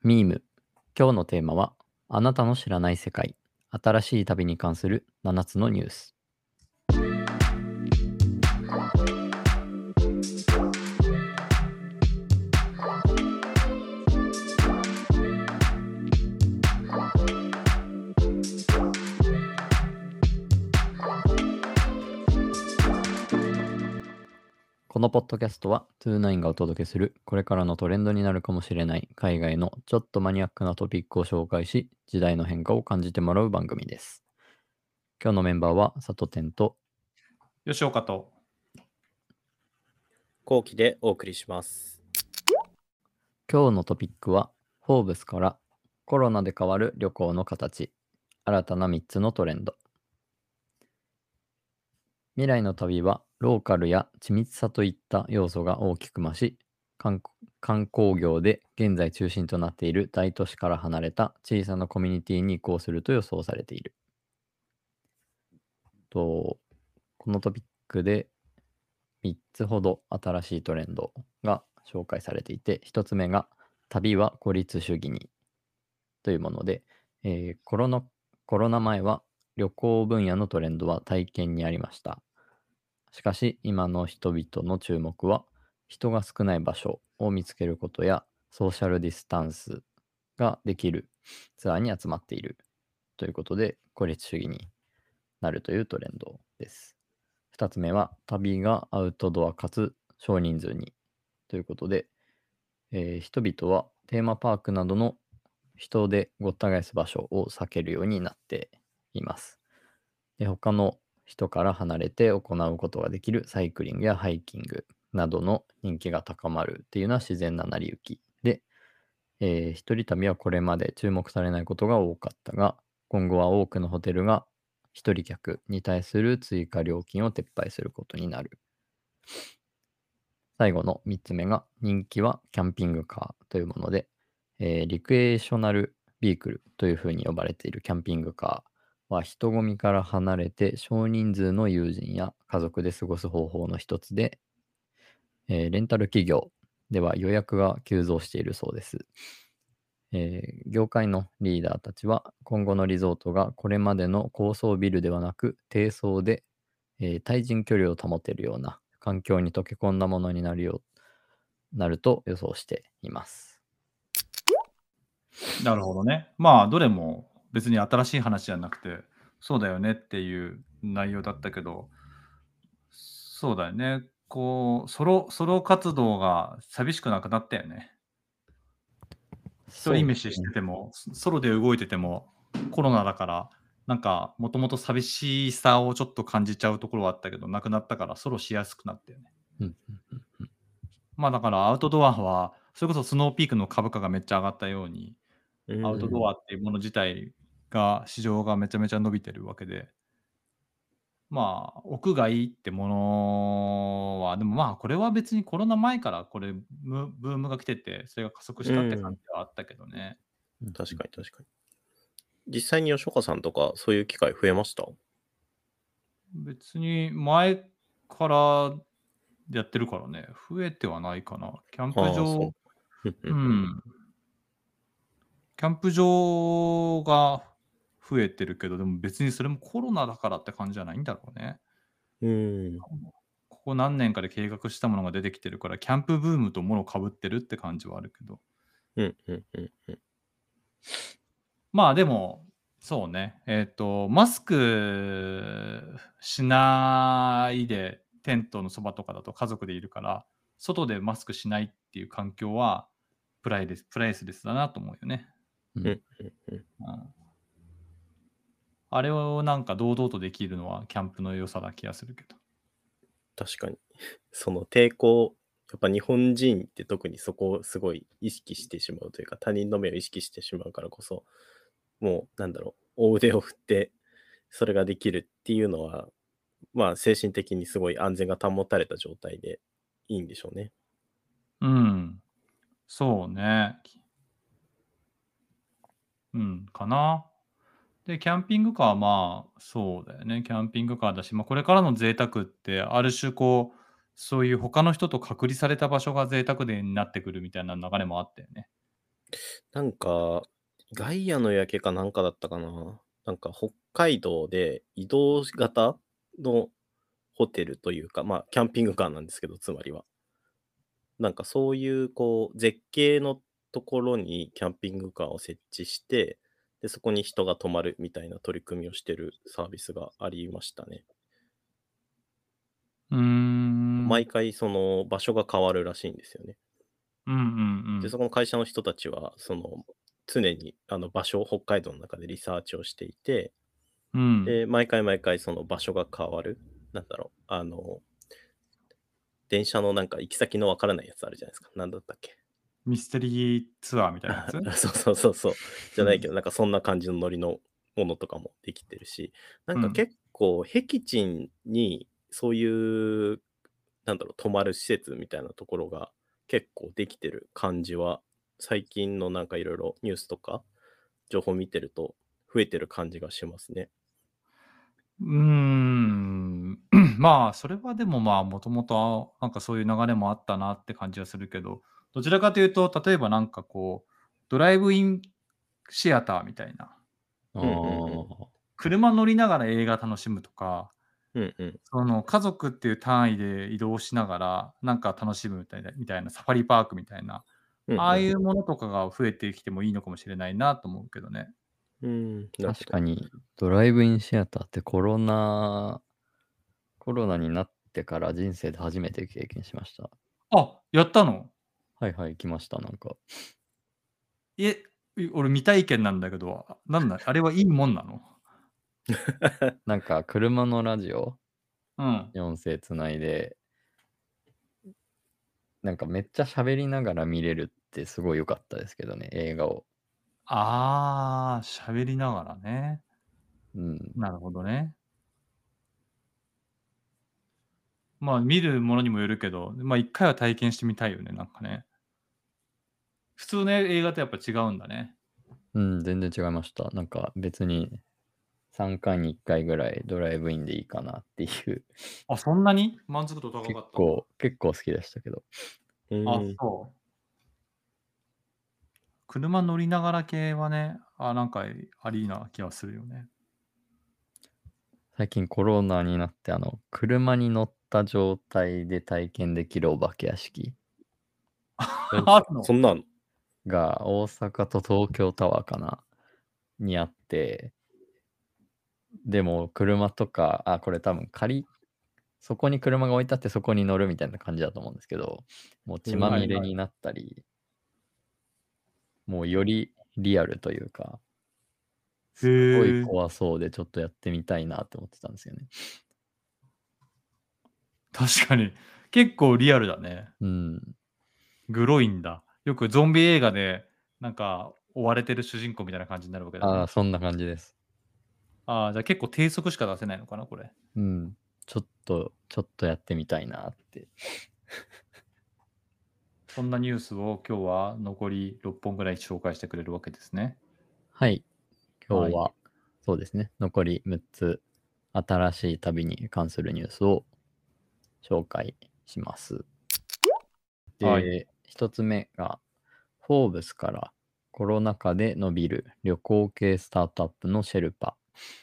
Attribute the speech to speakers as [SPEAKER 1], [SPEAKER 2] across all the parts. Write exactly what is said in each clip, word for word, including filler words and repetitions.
[SPEAKER 1] ミーム。今日のテーマは、あなたの知らない世界、新しい旅に関するななつのニュース。このポッドキャストは、トゥーナインがお届けする、これからのトレンドになるかもしれない海外のちょっとマニアックなトピックを紹介し、時代の変化を感じてもらう番組です。今日のメンバーは、佐藤天と、
[SPEAKER 2] 吉岡と
[SPEAKER 3] 後期でお送りします。
[SPEAKER 1] 今日のトピックは、フォーブスからコロナで変わる旅行の形、新たなみっつのトレンド。未来の旅はローカルや緻密さといった要素が大きく増し、観観光業で現在中心となっている大都市から離れた小さなコミュニティに移行すると予想されている。とこのトピックでみっつほど新しいトレンドが紹介されていて、ひとつめが旅は孤立主義にというもので、えーコロナ、コロナ前は旅行分野のトレンドは体験にありました。しかし今の人々の注目は人が少ない場所を見つけることやソーシャルディスタンスができるツアーに集まっているということで孤立主義になるというトレンドです。ふたつめは旅がアウトドアかつ少人数にということで、えー人々はテーマパークなどの人でごった返す場所を避けるようになっています。で、他の人から離れて行うことができるサイクリングやハイキングなどの人気が高まるっていうのは自然な成り行きで、えー一人旅はこれまで注目されないことが多かったが、今後は多くのホテルが一人客に対する追加料金を撤廃することになる。最後のみっつめが人気はキャンピングカーというもので、えーリクエーショナルビークルというふうに呼ばれているキャンピングカーは人混みから離れて少人数の友人や家族で過ごす方法の一つで、えーレンタル企業では予約が急増しているそうです。えー業界のリーダーたちは今後のリゾートがこれまでの高層ビルではなく低層で、えー対人距離を保てるような環境に溶け込んだものになるようなると予想しています。
[SPEAKER 2] なるほどね。まあどれも別に新しい話じゃなくてそうだよねっていう内容だったけど、そうだよね。こうソロソロ活動が寂しくなくなったよね。一人飯しててもソソロで動いててもコロナだからなんかもともと寂しさをちょっと感じちゃうところはあったけどなくなったからソロしやすくなったよね。
[SPEAKER 1] うんうんうんうん
[SPEAKER 2] まあだからアウトドアはそれこそスノーピークの株価がめっちゃ上がったようにアウトドアっていうもの自体が市場がめちゃめちゃ伸びてるわけで、まあ屋外ってものはでもまあこれは別にコロナ前からこれブブームが来ててそれが加速したって感じはあったけどね。
[SPEAKER 1] うん
[SPEAKER 3] 確かに確かに。実際に吉岡さんとかそういう機会増えました？
[SPEAKER 2] 別に前からやってるからね、増えてはないかな。キャンプ
[SPEAKER 3] ああ、そ
[SPEAKER 2] 場、
[SPEAKER 3] う。
[SPEAKER 2] うん、キャンプ場が増えてるけど、でも別にそれもコロナだからって感じじゃないんだろうね。
[SPEAKER 3] うん。
[SPEAKER 2] ここ何年かで計画したものが出てきてるから、キャンプブームともろ被ってるって感じはあるけど。
[SPEAKER 3] うんうんうんうん。
[SPEAKER 2] まあでも、そうね、えっと、マスクしないでテントのそばとかだと家族でいるから、外でマスクしないっていう環境はプライレスプライスレスだなと思うよね。
[SPEAKER 1] うん
[SPEAKER 3] うんうんうん。
[SPEAKER 2] うん、あれをなんか堂々とできるのはキャンプの良さな気がするけど。
[SPEAKER 3] 確かに。その抵抗、やっぱ日本人って特にそこをすごい意識してしまうというか、他人の目を意識してしまうからこそ、もうなんだろう、大腕を振ってそれができるっていうのは、まあ精神的にすごい安全が保たれた状態でいいんでしょうね。
[SPEAKER 2] うん。そうね。うん、かな。で、キャンピングカーはまあ、そうだよね。キャンピングカーだし、まあ、これからの贅沢って、ある種こう、そういう他の人と隔離された場所が贅沢でになってくるみたいな流れもあったよね。
[SPEAKER 3] なんか、ガイアの夜景かなんかだったかな。なんか北海道で移動型のホテルというか、まあ、キャンピングカーなんですけど、つまりは。なんかそういうこう、絶景のところにキャンピングカーを設置して、で、そこに人が泊まるみたいな取り組みをしてるサービスがありましたね。
[SPEAKER 2] うーん。
[SPEAKER 3] 毎回その場所が変わるらしいんですよね。
[SPEAKER 2] うんうんう
[SPEAKER 3] で、
[SPEAKER 2] ん。
[SPEAKER 3] そこの会社の人たちは、その、常にあの場所を北海道の中でリサーチをしていて、
[SPEAKER 2] うん。
[SPEAKER 3] で、毎回毎回その場所が変わる。なんだろう、あの、電車のなんか行き先のわからないやつあるじゃないですか。なんだったっけ。
[SPEAKER 2] ミステリーツアーみたいなやつ？
[SPEAKER 3] そうそうそうそう。じ
[SPEAKER 2] うん。
[SPEAKER 3] ゃないけど、なんかそんな感じのノリのものとかもできてるし、なん
[SPEAKER 2] うん。
[SPEAKER 3] か結構僻地にそういう、なんだろう、泊まる施設みたいなところが結構できてる感じは、最近のなんかいろいろニュースとか情報見てると増えてる感じがしますね。
[SPEAKER 2] うーん。まあ、それはでも、まあ、もともと、なんかそういう流れもあったなって感じはするけど、どちらかというと、例えばなんかこう、ドライブインシアターみたいな、
[SPEAKER 1] あ
[SPEAKER 3] うんうんうん。
[SPEAKER 1] あ、
[SPEAKER 2] 車乗りながら映画楽しむとか、
[SPEAKER 3] うんうん。
[SPEAKER 2] その家族っていう単位で移動しながら、なんか楽しむみたいなみたいなサファリパークみたいな、ああ
[SPEAKER 3] うんうん。
[SPEAKER 2] いうものとかが増えてきてもいいのかもしれないなと思うけどね。
[SPEAKER 3] うーん、なるほど。
[SPEAKER 1] 確かにドライブインシアターってコロナコロナになってから人生で初めて経験しました。
[SPEAKER 2] あ、やったの？
[SPEAKER 1] はいはい、来ました、なんか。
[SPEAKER 2] え、い俺未体験なんだけど、あ、なんだ、あれはいいもんなの？
[SPEAKER 1] なんか車のラジオ
[SPEAKER 2] うん。
[SPEAKER 1] に音声つないで、なんかめっちゃ喋りながら見れるってすごい良かったですけどね、映画を。
[SPEAKER 2] ああ、喋りながらね。
[SPEAKER 1] うん。
[SPEAKER 2] なるほどね。まあ、見るものにもよるけど、ま、一回は体験してみたいよね、なんかね。普通の映画とやっぱ違うんだね。
[SPEAKER 1] うん、全然違いました。なんか別にさんかいにいっかいぐらいドライブインでいいかなっていう、
[SPEAKER 2] あ、そんなに？満足度高か
[SPEAKER 1] 結
[SPEAKER 2] ったんだ。
[SPEAKER 1] 構結構好きでしたけど。
[SPEAKER 2] あ、
[SPEAKER 3] うーん。
[SPEAKER 2] そう。車乗りながら系はね、あ、なんかありな気はするよね。
[SPEAKER 1] 最近コロナになって、あの、車に乗った状態で体験できるお化け屋敷
[SPEAKER 2] あるの？
[SPEAKER 3] そんなの？
[SPEAKER 1] が大阪と東京タワーかなにあって、でも車とか、あ、これ多分借りそこに車が置いてあってそこに乗るみたいな感じだと思うんですけど、もう血ま
[SPEAKER 3] うーん。
[SPEAKER 2] はいはい。
[SPEAKER 1] みれになったり、もうよりリアルというか、
[SPEAKER 2] へ
[SPEAKER 1] すごい
[SPEAKER 2] え、
[SPEAKER 1] 怖そうでちょっとやってみたいなって思ってたんですよね。
[SPEAKER 2] 確かに。結構リアルだね。
[SPEAKER 1] うん。
[SPEAKER 2] グロいんだ。よくゾンビ映画で、なんか追われてる主人公みたいな感じになるわけだ
[SPEAKER 1] ああ、
[SPEAKER 2] ね。
[SPEAKER 1] そんな感じです。
[SPEAKER 2] ああ、じゃあ結構低速しか出せないのかな、これ。
[SPEAKER 1] うん。ちょっとちょっとやってみたいなって。
[SPEAKER 2] そんなニュースを今日は残りろっぽんぐらい紹介してくれるわけですね。
[SPEAKER 1] はい。今
[SPEAKER 2] はい。
[SPEAKER 1] 日は、そうですね、残りむっつ、新しい旅に関するニュースを紹介します。
[SPEAKER 2] はい。
[SPEAKER 1] で、ひとつめが、フォーブスからコロナ禍で伸びる旅行系スタートアップのシェルパ。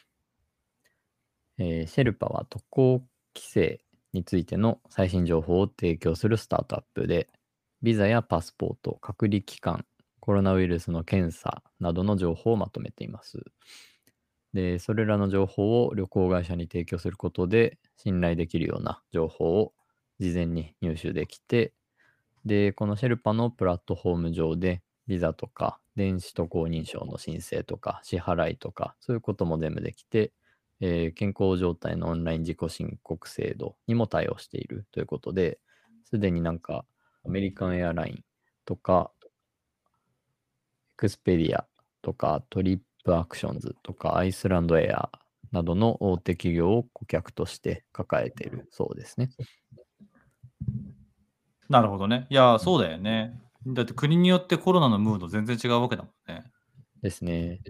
[SPEAKER 1] えーシェルパは渡航規制についての最新情報を提供するスタートアップで、ビザやパスポート、隔離期間、コロナウイルスの検査などの情報をまとめています。で、それらの情報を旅行会社に提供することで、信頼できるような情報を事前に入手できて、で、このシェルパのプラットフォーム上で、ビザとか、電子渡航認証の申請とか、支払いとか、そういうことも全部できて、えー健康状態のオンライン自己申告制度にも対応しているということで、すでになんか、アメリカンエアラインとか、エクスペディアとか、トリップアクションズとか、アイスランドエアなどの大手企業を顧客として抱えているそうですね。
[SPEAKER 2] なるほどね。いや、
[SPEAKER 1] うん
[SPEAKER 2] そうだよね。だって国によってコロナのムード全然違うわけだもんね。
[SPEAKER 1] ですね。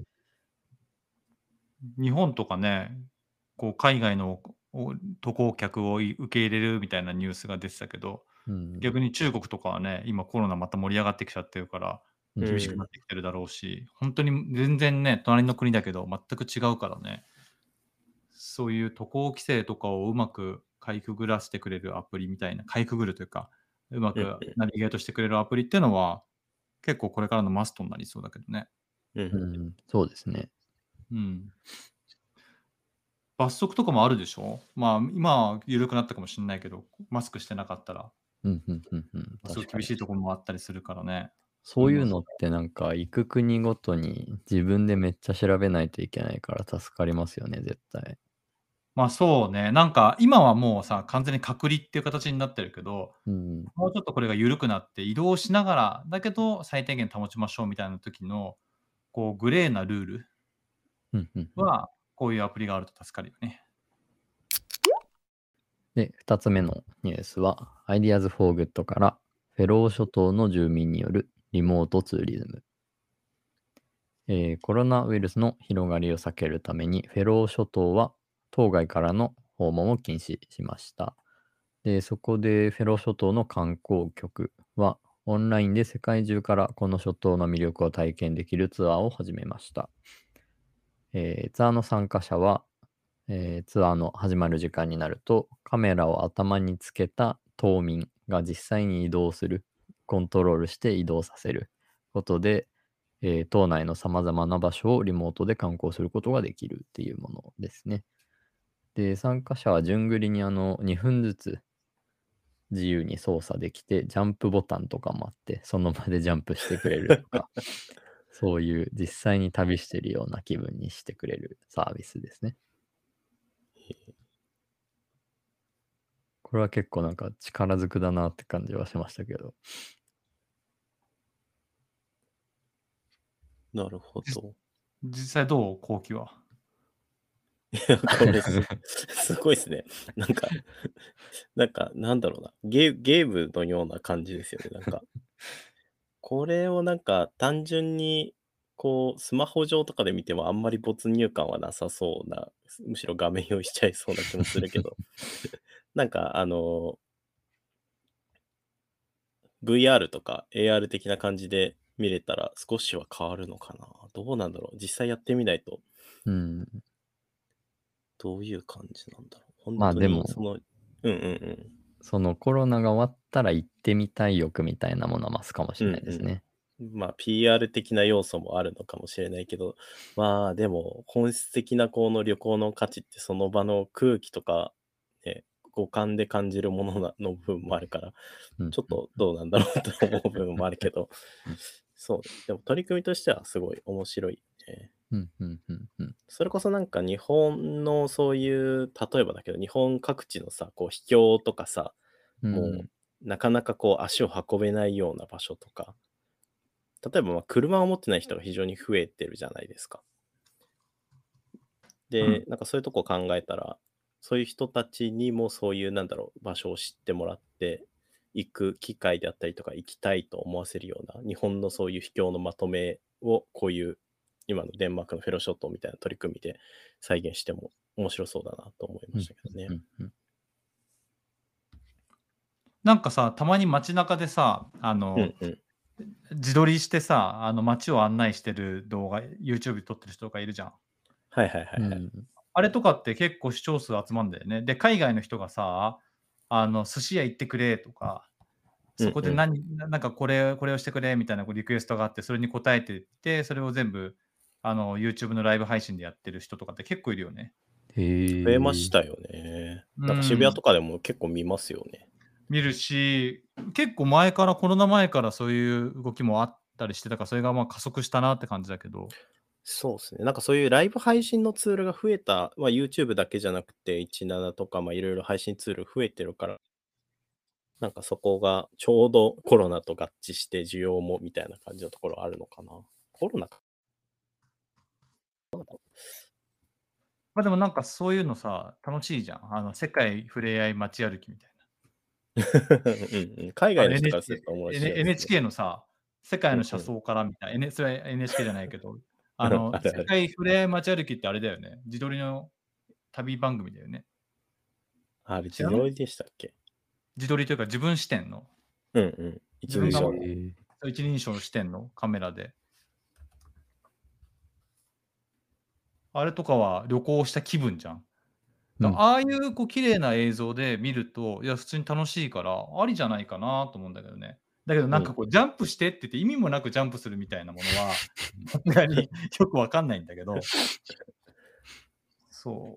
[SPEAKER 2] 日本とかね、こう海外のお渡航客をい受け入れるみたいなニュースが出てたけど、
[SPEAKER 1] うん。
[SPEAKER 2] 逆に中国とかはね、今コロナまた盛り上がってきちゃってるから、
[SPEAKER 1] うん
[SPEAKER 2] 厳しくなってきてるだろうし、本当に全然ね、隣の国だけど全く違うからね、そういう渡航規制とかをうまくかいくぐらせてくれるアプリみたいな、かいくぐるというか、うま
[SPEAKER 3] うん
[SPEAKER 2] くナビゲートしてくれるアプリっていうのは、結構これからのマストになりそうだけどね。
[SPEAKER 3] うん
[SPEAKER 1] う
[SPEAKER 3] うん
[SPEAKER 1] ん、そうですね。
[SPEAKER 2] うん。罰則とかもあるでしょ？まあ、今は緩くなったかもしれないけど、マスクしてなかったら、
[SPEAKER 1] うんうんうんうん。
[SPEAKER 2] すごい
[SPEAKER 1] 確かに。
[SPEAKER 2] 厳しいところもあったりするからね。
[SPEAKER 1] そういうのってなんか行く国ごとに自分でめっちゃ調べないといけないから助かりますよね、絶対。
[SPEAKER 2] まあ、そうね、なんか今はもうさ、完全に隔離っていう形になってるけど、
[SPEAKER 1] うん。
[SPEAKER 2] もうちょっとこれが緩くなって移動しながら、だけど最低限保ちましょうみたいな時の、こうグレーなルール
[SPEAKER 1] うんうんうん。
[SPEAKER 2] は、こういうアプリがあると助かるよね。
[SPEAKER 1] で、二つ目のニュースは、Ideas for Good からフェロー諸島の住民によるリモートツーリズム。えーコロナウイルスの広がりを避けるために、フェロー諸島は島外からの訪問を禁止しました。で、そこでフェロー諸島の観光局は、オンラインで世界中からこの諸島の魅力を体験できるツアーを始めました。えーツアーの参加者は、えーツアーの始まる時間になると、カメラを頭につけた島民が実際に移動する、コントロールして移動させることで、えー島内のさまざまな場所をリモートで観光することができるっていうものですね。で、参加者は順繰りにあのにふんずつ自由に操作できて、ジャンプボタンとかもあって、その場でジャンプしてくれるとか、そういう実際に旅してるような気分にしてくれるサービスですね。これは結構なんか力ずくだなって感じはしましたけど。
[SPEAKER 3] なるほど。
[SPEAKER 2] 実際どう？後期は。
[SPEAKER 3] いや、これす、すごいですね。なんか、なんか、なんだろうな。ゲー、ゲームのような感じですよね。なんか、これをなんか単純に、こう、スマホ上とかで見てもあんまり没入感はなさそうな、むしろ画面用意しちゃいそうな気もするけど、なんか、あの、ブイアール とか エーアール 的な感じで見れたら少しは変わるのかな。どうなんだろう。実際やってみないと
[SPEAKER 1] うん。
[SPEAKER 3] どういう感じなんだろう。本当
[SPEAKER 1] まあでも、
[SPEAKER 3] にその、うんうんうん。
[SPEAKER 1] そのコロナが終わったら行ってみたい欲みたいなものは増すかもしれないですね。
[SPEAKER 3] まあ ピーアール 的な要素もあるのかもしれないけど、まあでも本質的なこの旅行の価値ってその場の空気とか、ね、五感で感じるものなの部分もあるから、
[SPEAKER 1] うん
[SPEAKER 3] ちょっとどうなんだろうと思う部分もあるけど、そう、でも取り組みとしてはすごい面白いね。
[SPEAKER 1] うんうんうんうん
[SPEAKER 3] それこそなんか日本のそういう、例えばだけど、日本各地のさ、こう秘境とかさ、
[SPEAKER 1] うん
[SPEAKER 3] もうなかなかこう足を運べないような場所とか、例えばまあ車を持ってない人が非常に増えてるじゃないですか。で、なんかそういうとこ考えたら、そういう人たちにもそういうなんだろう、場所を知ってもらって行く機会であったりとか、行きたいと思わせるような、日本のそういう秘境のまとめをこういう今のデンマークのフェロー諸島みたいな取り組みで再現しても面白そうだなと思いましたけどね。
[SPEAKER 1] うんうん
[SPEAKER 2] なんかさ、たまに街中でさ、あ
[SPEAKER 3] う
[SPEAKER 2] の、
[SPEAKER 3] んうん。
[SPEAKER 2] 自撮りしてさ、あの街を案内してる動画、YouTube で撮ってる人がいるじゃん。
[SPEAKER 3] はいはいはいはい。
[SPEAKER 1] うん
[SPEAKER 2] あれとかって結構視聴数集まるんだよね。で、海外の人がさ、あの寿司屋行ってくれとか、そこで
[SPEAKER 3] うんうん
[SPEAKER 2] 何、ななんかこれこれをしてくれみたいなこうリクエストがあって、それに答えてって、それを全部あの YouTube のライブ配信でやってる人とかって結構いるよね。
[SPEAKER 1] へ
[SPEAKER 3] 増えまし
[SPEAKER 1] え。
[SPEAKER 3] たよね。なんか
[SPEAKER 2] うん
[SPEAKER 3] 渋谷とかでも結構見ますよね。
[SPEAKER 2] 見るし、結構前から、コロナ前からそういう動きもあったりしてたから、それがまあ加速したなって感じだけど。
[SPEAKER 3] そうですね。なんかそういうライブ配信のツールが増えた、まあ、YouTube だけじゃなくて、じゅうななとか、まあいろいろ配信ツール増えてるから、なんかそこがちょうどコロナと合致して需要もみたいな感じのところあるのかな。コロナか。
[SPEAKER 2] まあでもなんかそういうのさ、楽しいじゃん。あの世界ふれあい街歩きみたい
[SPEAKER 3] うんうん、海
[SPEAKER 2] な。あの
[SPEAKER 3] 外の人からす
[SPEAKER 2] NHK,
[SPEAKER 3] ると面白いですね。
[SPEAKER 2] エヌエイチケー のさ、世界の車
[SPEAKER 3] うんうん
[SPEAKER 2] 窓からみたいな、N- それは エヌエイチケー じゃないけど、あ
[SPEAKER 3] うん
[SPEAKER 2] の
[SPEAKER 3] あるある。
[SPEAKER 2] 世界ふれあい街歩きってあれだよね。自撮りの旅番組だよね。
[SPEAKER 3] あれ、
[SPEAKER 2] 知らない？
[SPEAKER 3] 自撮りでしたっけ？
[SPEAKER 2] 自撮りというか自分視点の。
[SPEAKER 3] うんうん。一
[SPEAKER 2] 自分が
[SPEAKER 3] 部上の。
[SPEAKER 1] へえ。
[SPEAKER 2] 一人称してんのカメラで。あれとかは旅行した気分じゃん。だ
[SPEAKER 1] うん。
[SPEAKER 2] ああいうこう綺麗な映像で見ると、いや、普通に楽しいから、ありじゃないかなと思うんだけどね。だけどなんかこう、ジャンプしてって言って意味もなくジャンプするみたいなものは、さすがによくわかんないんだけど、そう。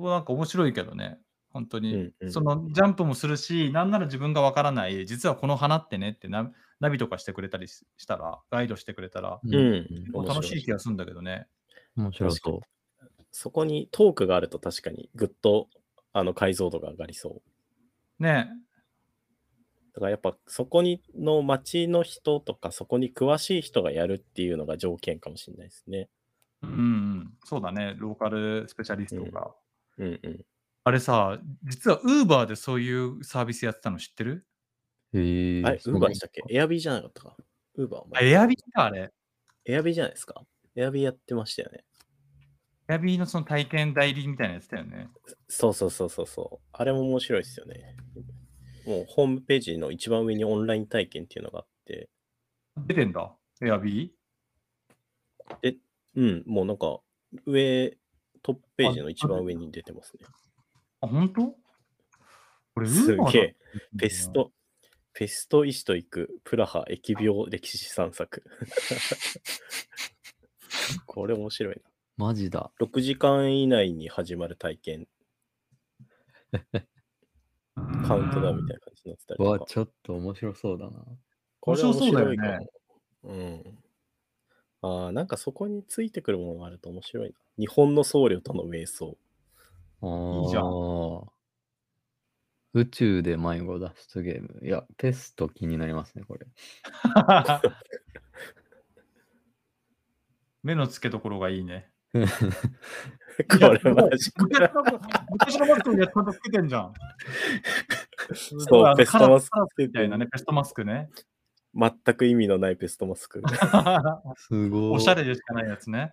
[SPEAKER 2] なんか面白いけどね。本当に。
[SPEAKER 3] うんうん
[SPEAKER 2] そのジャンプもするし、なんなら自分がわからない、実はこの花ってねってナナビとかしてくれたりししたら、ガイドしてくれたら、
[SPEAKER 1] うん。
[SPEAKER 3] うん。
[SPEAKER 1] うん
[SPEAKER 2] もう楽
[SPEAKER 3] 面白い。
[SPEAKER 2] しい気がするんだけどね。
[SPEAKER 1] 面白
[SPEAKER 3] 確かに。
[SPEAKER 1] そ
[SPEAKER 3] そこにトークがあると確かにぐっとあの解像度が上がりそう。
[SPEAKER 2] ね。
[SPEAKER 3] だからやっぱそこにの町の人とかそこに詳しい人がやるっていうのが条件かもしれないですね。
[SPEAKER 2] うんうん、そうだね。ローカルスペシャリストが。
[SPEAKER 3] うんうん。
[SPEAKER 2] あれさ、実は Uber でそういうサービスやってたの知ってる？
[SPEAKER 1] う。へえ、
[SPEAKER 3] あれ、ウー
[SPEAKER 1] そうなんだ。
[SPEAKER 3] バーでしたっけ？エアビーじゃなかったか。ウーバーも
[SPEAKER 2] あ、
[SPEAKER 3] やってた。
[SPEAKER 2] エアビーか、あれ。
[SPEAKER 3] エアビーじゃないですか。エアビーやってましたよね。
[SPEAKER 2] エアビーのその体験代理みたいなやつだよね。
[SPEAKER 3] そうそうそうそうそう。あれも面白いですよね。もうホームページの一番上にオンライン体験っていうのがあって、
[SPEAKER 2] 出てんだ、エアビ
[SPEAKER 3] で、うん、もうなんか上、トップページの一
[SPEAKER 2] あ、
[SPEAKER 3] 番上に出てますね。
[SPEAKER 2] ー。あ、ほんと？これ Uber
[SPEAKER 3] す
[SPEAKER 2] だっ
[SPEAKER 3] げえ。
[SPEAKER 2] た
[SPEAKER 3] ペスト、ペスト医師と行くプラハ疫病歴史散策。これ面白いな。
[SPEAKER 1] マジだ。
[SPEAKER 3] ろくじかん以内に始まる体験、カウントダウンみたいな感じになってたりと
[SPEAKER 1] わ、
[SPEAKER 3] か。
[SPEAKER 1] ちょっと面白そうだな。
[SPEAKER 3] これ面
[SPEAKER 2] 面白そうだよね
[SPEAKER 3] 白いかも。うん。ああ、なんかそこについてくるものがあると面白いな。日本の僧侶との瞑想。
[SPEAKER 2] いいじゃん。
[SPEAKER 1] ああ。宇宙で迷子脱出ゲーム。いや、ペスト気になりますね、これ。
[SPEAKER 2] 目の付けどころがいいね。
[SPEAKER 3] これマジか。
[SPEAKER 2] 昔の昔のマスクみたいなちゃんとつけてんじゃん。すごい
[SPEAKER 3] そう、
[SPEAKER 2] あの
[SPEAKER 3] ペストマス
[SPEAKER 2] カラス
[SPEAKER 3] ク
[SPEAKER 2] みたいなね、ペストマスクね。
[SPEAKER 3] 全く意味のないペストマスク。
[SPEAKER 1] すごい。
[SPEAKER 2] おしゃれでしかないやつね。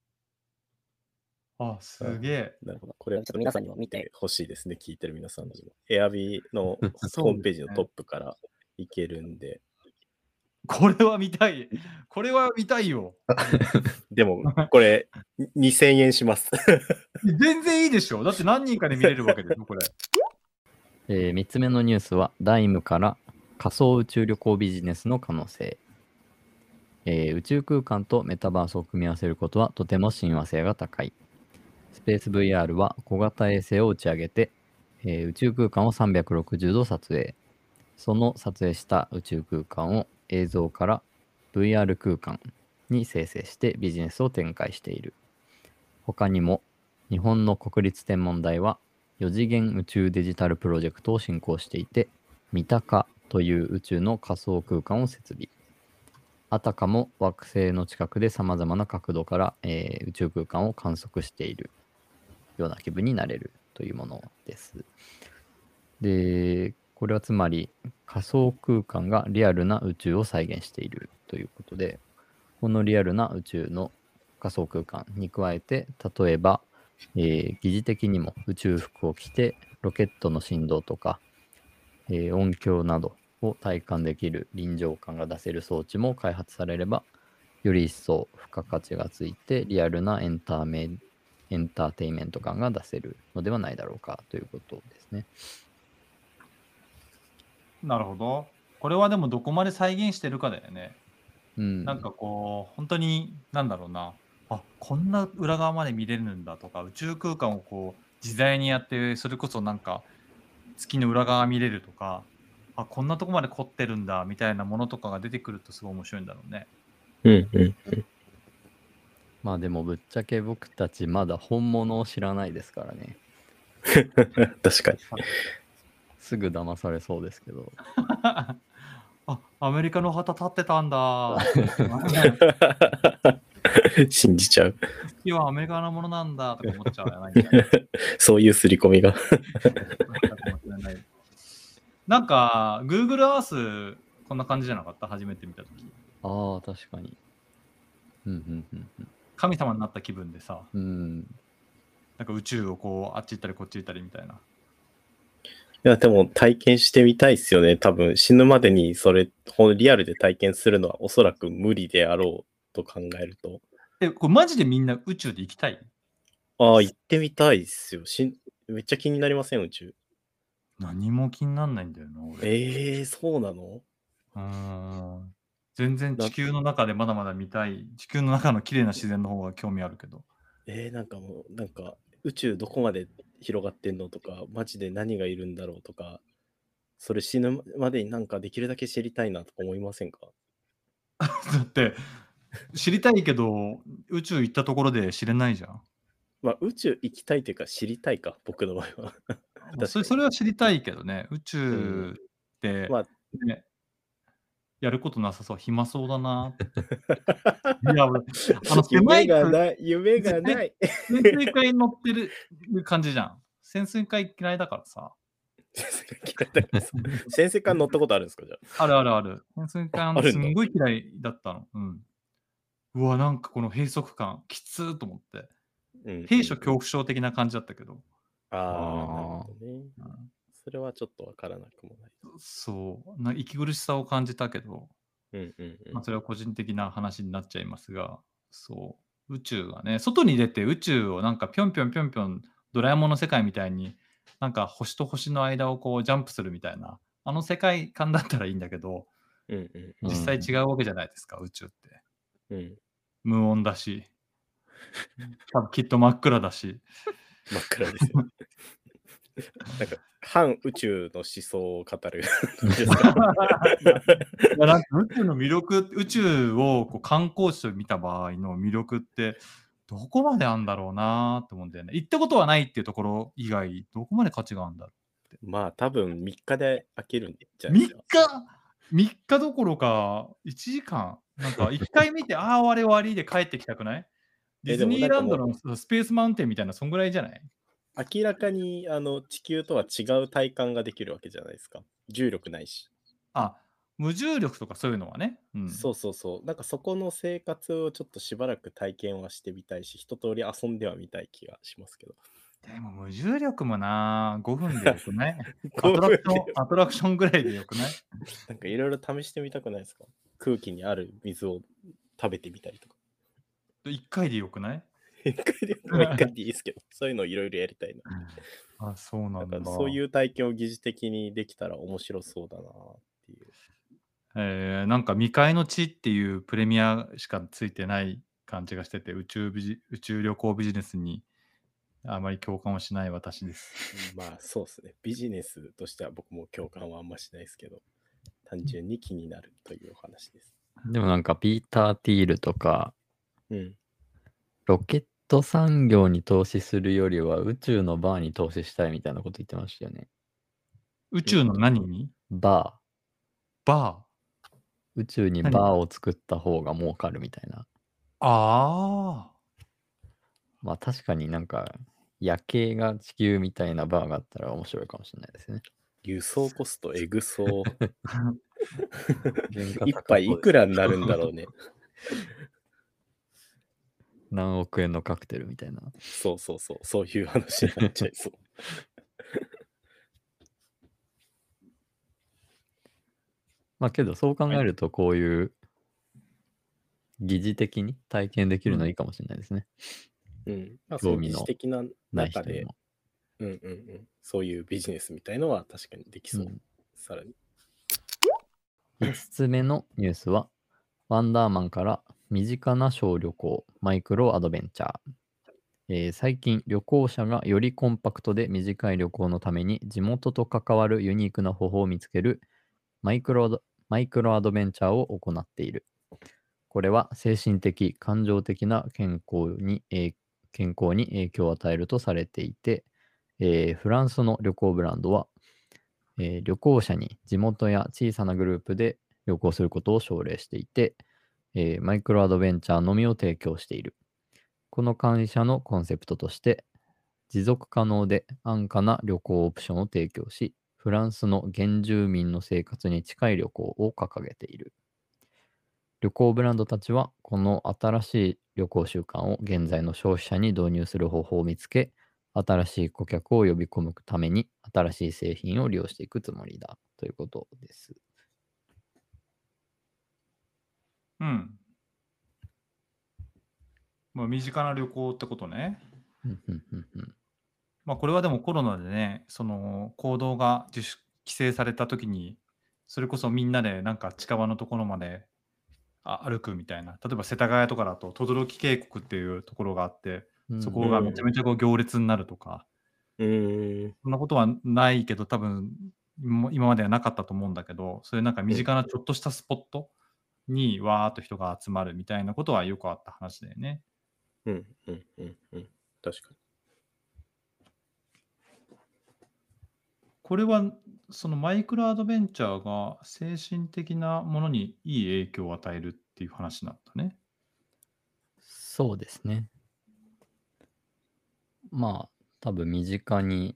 [SPEAKER 2] あ、すげえ。
[SPEAKER 3] なるほど。これ
[SPEAKER 4] ちょっと皆さんにも見て
[SPEAKER 3] ほしいですね、聞いてる皆さんにも。エアビーの
[SPEAKER 2] そう
[SPEAKER 3] ホームページのトップからいけるんで。
[SPEAKER 2] これは見たい。これは見たいよ。
[SPEAKER 3] でも、これ、にせんえんします。
[SPEAKER 2] 全然いいでしょ。だって何人かで見れるわけでしょ、これ。
[SPEAKER 1] えー、みっつめのニュースは、ダイムから仮想宇宙旅行ビジネスの可能性。えー宇宙空間とメタバースを組み合わせることはとても親和性が高い。スペース ブイアール は小型衛星を打ち上げて、えー宇宙空間をさんびゃくろくじゅうど撮影。その撮影した宇宙空間を映像から ブイアール 空間に生成してビジネスを展開している。他にも、日本の国立天文台はよ次元宇宙デジタルプロジェクトを進行していて、三鷹という宇宙の仮想空間を設備。あたかも惑星の近くでさまざまな角度から、えー宇宙空間を観測しているような気分になれるというものです。で、これはつまり仮想空間がリアルな宇宙を再現しているということで、このリアルな宇宙の仮想空間に加えて、例えば、えー疑似的にも宇宙服を着てロケットの振動とか、えー音響などを体感できる臨場感が出せる装置も開発されれば、より一層付加価値がついてリアルなエンターメエンターテインメント感が出せるのではないだろうかということですね。
[SPEAKER 2] なるほど。これはでもどこまで再現してるかだよね。
[SPEAKER 1] うん。
[SPEAKER 2] なんかこう、本当に、なんだろうな。あ、こんな裏側まで見れるんだとか、宇宙空間をこう、自在にやって、それこそなんか、月の裏側見れるとか、あ、こんなとこまで凝ってるんだみたいなものとかが出てくるとすごい面白いんだろうね。
[SPEAKER 3] うんうん。
[SPEAKER 1] まあでもぶっちゃけ僕たちまだ本物を知らないですからね。
[SPEAKER 3] 確かに。
[SPEAKER 1] すぐ騙されそうですけど。
[SPEAKER 2] あ、アメリカの旗立ってたんだ。
[SPEAKER 3] 信じちゃう。
[SPEAKER 2] 月はアメリカのものなんだとか思っちゃうじゃないんだよ。
[SPEAKER 3] そういう刷り込みが。
[SPEAKER 2] なんか、Google Earth こんな感じじゃなかった初めて見たとき。
[SPEAKER 1] ああ、確かに。うんうんうんうん。
[SPEAKER 2] 神様になった気分でさ、
[SPEAKER 1] うん。
[SPEAKER 2] なんか宇宙をこう、あっち行ったりこっち行ったりみたいな。
[SPEAKER 3] や、でも体験してみたいですよね。多分死ぬまでにそれ、ほんリアルで体験するのはおそらく無理であろうと考えると。
[SPEAKER 2] え、これマジでみんな宇宙で行きたい？
[SPEAKER 3] ああ、行ってみたいですよ。しんめっちゃ気になりません、宇宙。
[SPEAKER 2] 何も気になんないんだよな、俺。
[SPEAKER 3] ええー、そうなの？
[SPEAKER 2] うーん。全然
[SPEAKER 3] な
[SPEAKER 2] 地球の中でまだまだ見たい。地球の中の綺麗な自然の方が興味あるけど。
[SPEAKER 3] えー、なんかもう、なんか宇宙どこまで広がってんのとか、マジで何がいるんだろうとか、それ死ぬまでになんかできるだけ知りたいなとか思いませんか？
[SPEAKER 2] だって、知りたいけど、宇宙行ったところで知れないじゃん。
[SPEAKER 3] まあ、宇宙行きたいというか知りたいか、僕の場合は。
[SPEAKER 2] まあそれ
[SPEAKER 3] 確かに。
[SPEAKER 2] それは知りたいけどね。宇
[SPEAKER 3] うん。
[SPEAKER 2] 宙って、
[SPEAKER 3] まあ、
[SPEAKER 2] ね、やることなさそう、暇そうだな。いや、俺、あの狭
[SPEAKER 3] 夢
[SPEAKER 2] いく
[SPEAKER 3] がない、夢が
[SPEAKER 2] 絶対
[SPEAKER 3] ない。
[SPEAKER 2] 潜水艦に乗ってる感じじゃん。潜水艦嫌いだからさ。
[SPEAKER 3] 先生が嫌いだからさ。先生から乗ったことあるんですか、じゃ
[SPEAKER 2] あるあるある。潜水
[SPEAKER 3] あ。あ
[SPEAKER 2] 艦す
[SPEAKER 3] るんだ。
[SPEAKER 2] んごい嫌いだったの。うん。うわ、なんかこの閉塞感、きつーと思って。
[SPEAKER 3] うん、
[SPEAKER 2] 閉所恐怖症的な感じだったけど。
[SPEAKER 3] ああ、なる
[SPEAKER 1] あ
[SPEAKER 3] ほどね。
[SPEAKER 2] うん
[SPEAKER 3] それはちょっとわからなくもない。
[SPEAKER 2] そう、な息苦しさを感じたけど、
[SPEAKER 3] うんうんうん。
[SPEAKER 2] まあ、それは個人的な話になっちゃいますが、そう、宇宙がね、外に出て宇宙をなんかぴょんぴょんぴょんぴょんドラえもんの世界みたいに、なんか星と星の間をこうジャンプするみたいな、あの世界観だったらいいんだけど、
[SPEAKER 3] うんうん
[SPEAKER 1] うん
[SPEAKER 2] 実際違うわけじゃないですか、宇宙って。
[SPEAKER 3] うん。
[SPEAKER 2] 無音だし、多分きっと真っ暗だし。
[SPEAKER 3] 真っ暗ですよ。なんか、反宇宙の思想を語る感じですか。
[SPEAKER 2] いや、いやなんか宇宙の魅力、宇宙をこう観光地と見た場合の魅力って、どこまであんだろうなって思うんだよね。行ったことはないっていうところ以外、どこまで価値があるんだろ
[SPEAKER 3] まあ、多分みっかで飽きるんじゃ
[SPEAKER 2] う。3
[SPEAKER 3] ないです
[SPEAKER 2] 日
[SPEAKER 3] か。
[SPEAKER 2] ?みっ 日どころかいちじかん。なんかいっかい見て、ああ、終わり終わりで帰ってきたくない？ディ
[SPEAKER 3] え、でも
[SPEAKER 2] ズニーランド
[SPEAKER 3] なんかも
[SPEAKER 2] のスペースマウンテンみたいな、そんぐらいじゃない？
[SPEAKER 3] う、明らかにあの地球とは違う体感ができるわけじゃないですか。重力ないし。
[SPEAKER 2] あ、無重力とかそういうのはね。うん。
[SPEAKER 3] そうそうそう。なんかそこの生活をちょっとしばらく体験はしてみたいし、一通り遊んではみたい気がしますけど。
[SPEAKER 2] でも無重力もな、ごふんでよくない？ア
[SPEAKER 3] ご
[SPEAKER 2] トラクション
[SPEAKER 3] ふんで
[SPEAKER 2] アトラクションぐらいでよくない？
[SPEAKER 3] なんかいろいろ試してみたくないですか？空気にある水を食べてみたりとか。
[SPEAKER 2] いっかいでよくない？
[SPEAKER 3] 一回で、まあ一回でいいですけど、そういうのいろいろやりたいな。
[SPEAKER 2] あ、そうな
[SPEAKER 3] なんか
[SPEAKER 2] んだ。
[SPEAKER 3] そういう体験を疑似的にできたら面白そうだなっていう。
[SPEAKER 2] えーなんか未開の地っていうプレミアしかついてない感じがしてて、宇宙ビジ宇宙旅行ビジネスにあまり共感をしない私です。
[SPEAKER 3] まあそうですね。ビジネスとしては僕も共感はあんましないですけど、単純に気になるというお話です。
[SPEAKER 1] でもなんかピーター・ティールとか、
[SPEAKER 3] うん。
[SPEAKER 1] ロケット産業に投資するよりは宇宙のバーに投資したいみたいなこと言ってましたよね。
[SPEAKER 2] 宇宙の何に？
[SPEAKER 1] バ
[SPEAKER 2] バー？
[SPEAKER 1] ー。宇宙に
[SPEAKER 2] 何？
[SPEAKER 1] バーを作った方が儲かるみたいな。
[SPEAKER 2] ああ。
[SPEAKER 1] まあ確かになんか夜景が地球みたいなバーがあったら面白いかもしれないですね。
[SPEAKER 3] 輸送コストエグそう。
[SPEAKER 1] 原価
[SPEAKER 3] 一
[SPEAKER 1] 高
[SPEAKER 3] 杯い
[SPEAKER 1] そうです。
[SPEAKER 3] くらになるんだろうね。
[SPEAKER 1] 何億円のカクテルみたいな。
[SPEAKER 3] そうそうそう。そういう話になっちゃいそう。
[SPEAKER 1] まあけどそう考
[SPEAKER 2] はい。
[SPEAKER 1] えるとこういう疑似的に体験でき
[SPEAKER 2] うん。
[SPEAKER 1] るのいいかもしれないですね。
[SPEAKER 3] うん。まあそういう疑似
[SPEAKER 1] 興味の
[SPEAKER 3] 的な
[SPEAKER 1] ない
[SPEAKER 3] 中で、
[SPEAKER 1] 人にも。
[SPEAKER 3] うんうんうん。そういうビジネスみたいのは確かにできそう。
[SPEAKER 1] うん
[SPEAKER 3] さらに。
[SPEAKER 1] いつつめのニュースは、ワンダーマンから身近な小旅行、マイクロアドベンチャー。えー最近、旅行者がよりコンパクトで短い旅行のために地元と関わるユニークな方法を見つけるマイクロアドマイクロアドベンチャーを行っている。これは精神的、感情的な健康に、えー健康に影響を与えるとされていて、えーフランスの旅行ブランドは、えー旅行者に地元や小さなグループで旅行することを奨励していて、えーマイクロアドベンチャーのみを提供している。この会社のコンセプトとして、持続可能で安価な旅行オプションを提供し、フランスの原住民の生活に近い旅行を掲げている。旅行ブランドたちは、この新しい旅行習慣を現在の消費者に導入する方法を見つけ、 新しい顧客を呼び込むために新しい製品を利用していくつもりだということです。
[SPEAKER 2] うん。まあ、身近な旅行ってことね。
[SPEAKER 1] うんうんうんうん。
[SPEAKER 2] まあ、これはでもコロナでね、その行動が自粛規制された時に、それこそみんなでなんか近場のところまであ歩くみたいな。例えば世田谷とかだと等々力渓谷っていうところがあって、そ
[SPEAKER 1] うん
[SPEAKER 2] こがめちゃめちゃこう行列になるとか、
[SPEAKER 3] うーん。
[SPEAKER 2] そんなことはないけど、多分今今まではなかったと思うんだけど、そういうなんか身
[SPEAKER 3] うん。
[SPEAKER 2] 近なちょっとしたスポットにわーっと人が集まるみたいなことはよくあった話だよね。
[SPEAKER 3] うん。うん。うん。うん。確か
[SPEAKER 2] これはそのマイクロアドベンチャーが精神的なものにいい影響を与えるっていう話なんだね。
[SPEAKER 1] そうですね。まあ、多分身近に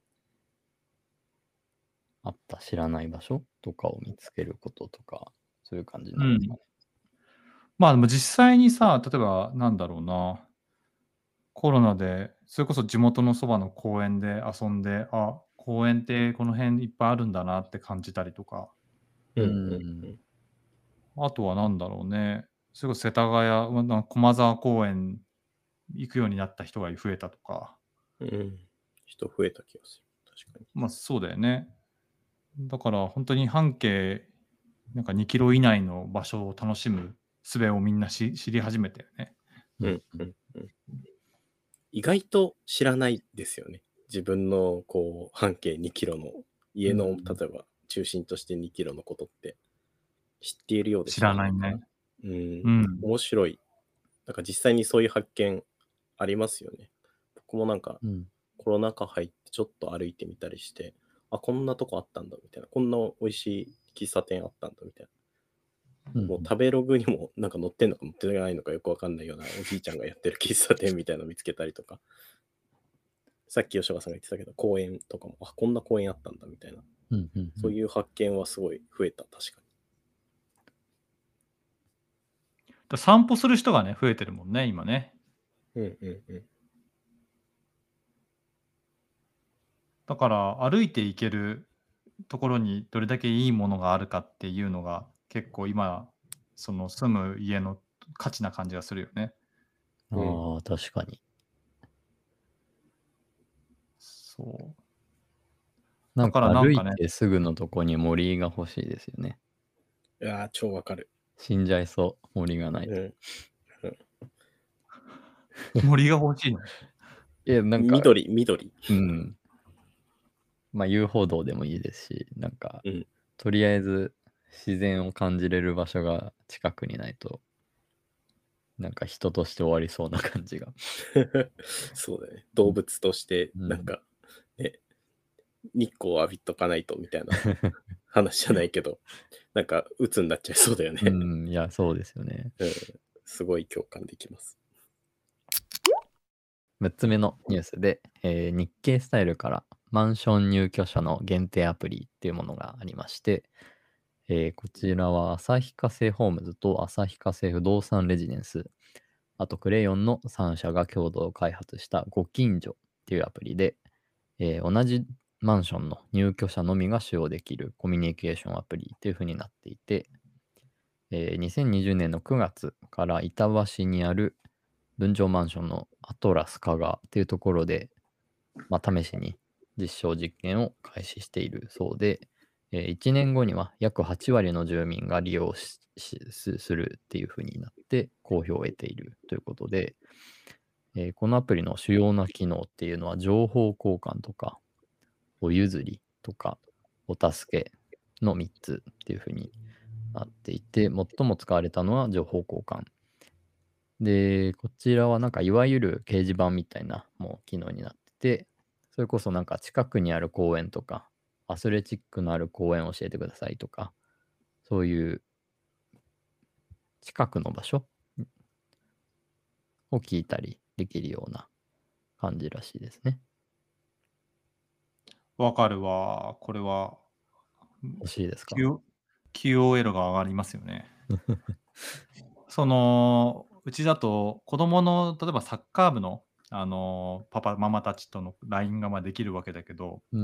[SPEAKER 1] あった知らない場所とかを見つけることとか、そういう感じな
[SPEAKER 2] うん。
[SPEAKER 1] んですかね。
[SPEAKER 2] まあ、でも実際にさ、例えばなんだろうな、コロナでそれこそ地元のそばの公園で遊んで、あ、公園ってこの辺いっぱいあるんだなって感じたりとか、
[SPEAKER 3] に。
[SPEAKER 1] う
[SPEAKER 3] うん。うん。う
[SPEAKER 1] ん。
[SPEAKER 3] ん。
[SPEAKER 2] あとはなんだろうね、それこそ世田谷、ま、な駒沢公園行くようになった人が増えたとか、
[SPEAKER 3] うん。人増えた気がする。確かに。
[SPEAKER 2] ま、そうだよね。だから本当に半径なんかにキロ以内の場所を楽しむ術をみんなし知り始めたよね。
[SPEAKER 1] うん。
[SPEAKER 3] うん。うん。うん。意外と知らないですよね。自分のこう半径にキロの家の、
[SPEAKER 1] うん。
[SPEAKER 3] 例えば中心としてにキロのことって知っているようで
[SPEAKER 2] 知
[SPEAKER 3] 知らないから。
[SPEAKER 2] らないね。
[SPEAKER 3] うん。
[SPEAKER 2] うん。
[SPEAKER 3] 面白い。なんか実際にそういう発見ありますよね。僕もなんか
[SPEAKER 1] うん。
[SPEAKER 3] コロナ禍入ってちょっと歩いてみたりして、あ、こんなとこあったんだみたいな、こんな美味しい喫茶店あったんだみたいな。
[SPEAKER 1] うん。
[SPEAKER 3] もう食べログにもなんか載ってんのか載ってないのかよくわかんないようなおじいちゃんがやってる喫茶店みたいなの見つけたりとか、さっき吉川さんが言ってたけど、公園とかも、あ、こんな公園あったんだみたいな、
[SPEAKER 1] うんうんう
[SPEAKER 3] そうんいう発見はすごい増えた、確か
[SPEAKER 2] だ散歩する人がね、増えてるもんね、今ね。
[SPEAKER 3] に。うんうんうん。
[SPEAKER 2] だから歩いて行けるところにどれだけいいものがあるかっていうのが、結構今、その住む家の価値な感じがするよね。
[SPEAKER 3] うん
[SPEAKER 1] ああ、確かに。
[SPEAKER 2] そう。
[SPEAKER 1] なん
[SPEAKER 2] だから
[SPEAKER 1] か歩い
[SPEAKER 2] なんかね、
[SPEAKER 1] てすぐのとこに森が欲しいですよね。
[SPEAKER 3] いやー、超わかる。
[SPEAKER 1] 死んじゃいそう、森がないと。
[SPEAKER 3] うん。
[SPEAKER 2] 森が欲しいの。
[SPEAKER 1] いや、なんか、
[SPEAKER 3] 緑、緑。
[SPEAKER 1] うん。まあ遊歩道でもいいですし、なんか、
[SPEAKER 3] うん。
[SPEAKER 1] とりあえず自然を感じれる場所が近くにないと、なんか人として終わりそうな感じが。
[SPEAKER 3] そうだね。動物として、
[SPEAKER 1] うん
[SPEAKER 3] なんか、ね、日光を浴びとかないとみたいな話じゃないけど、なんか、鬱になっちゃいそうだよね。
[SPEAKER 1] うん、いや、そうですよね。
[SPEAKER 3] うん。すごい共感できます。
[SPEAKER 1] むっつめのニュースで、えー日経スタイルからマンション入居者の限定アプリっていうものがありまして、えーこちらは旭化成ホームズと旭化成不動産レジデンス、あとクレヨンのさん社が共同開発したご近所っていうアプリで、えー同じマンションの入居者のみが使用できるコミュニケーションアプリっていう風になっていて、えーにせんにじゅうねんのくがつから板橋にある分譲マンションのアトラス加賀っていうところで、まあ、試しに実証実験を開始しているそうで、えーいちねんごには約はち割の住民が利用ししすするっていう風になって好評を得ているということで、えーこのアプリの主要な機能っていうのは情報交換とかお譲りとかお助けのみっつっていう風になっていて、最も使われたのは情報交換。で、こちらはなんかいわゆる掲示板みたいなもう機能になってて、それこそなんか近くにある公園とか、アスレチックのある公園を教えてくださいとか、そういう近くの場所を聞いたりできるような感じらしいですね。
[SPEAKER 2] わかるわ。これは、
[SPEAKER 1] 欲しいですか？
[SPEAKER 2] Qキューオーエル が上がりますよね。その、うちだと子供の例えばサッカー部の、 あのパパママたちとの ライン がまあできるわけだけど、
[SPEAKER 1] うん。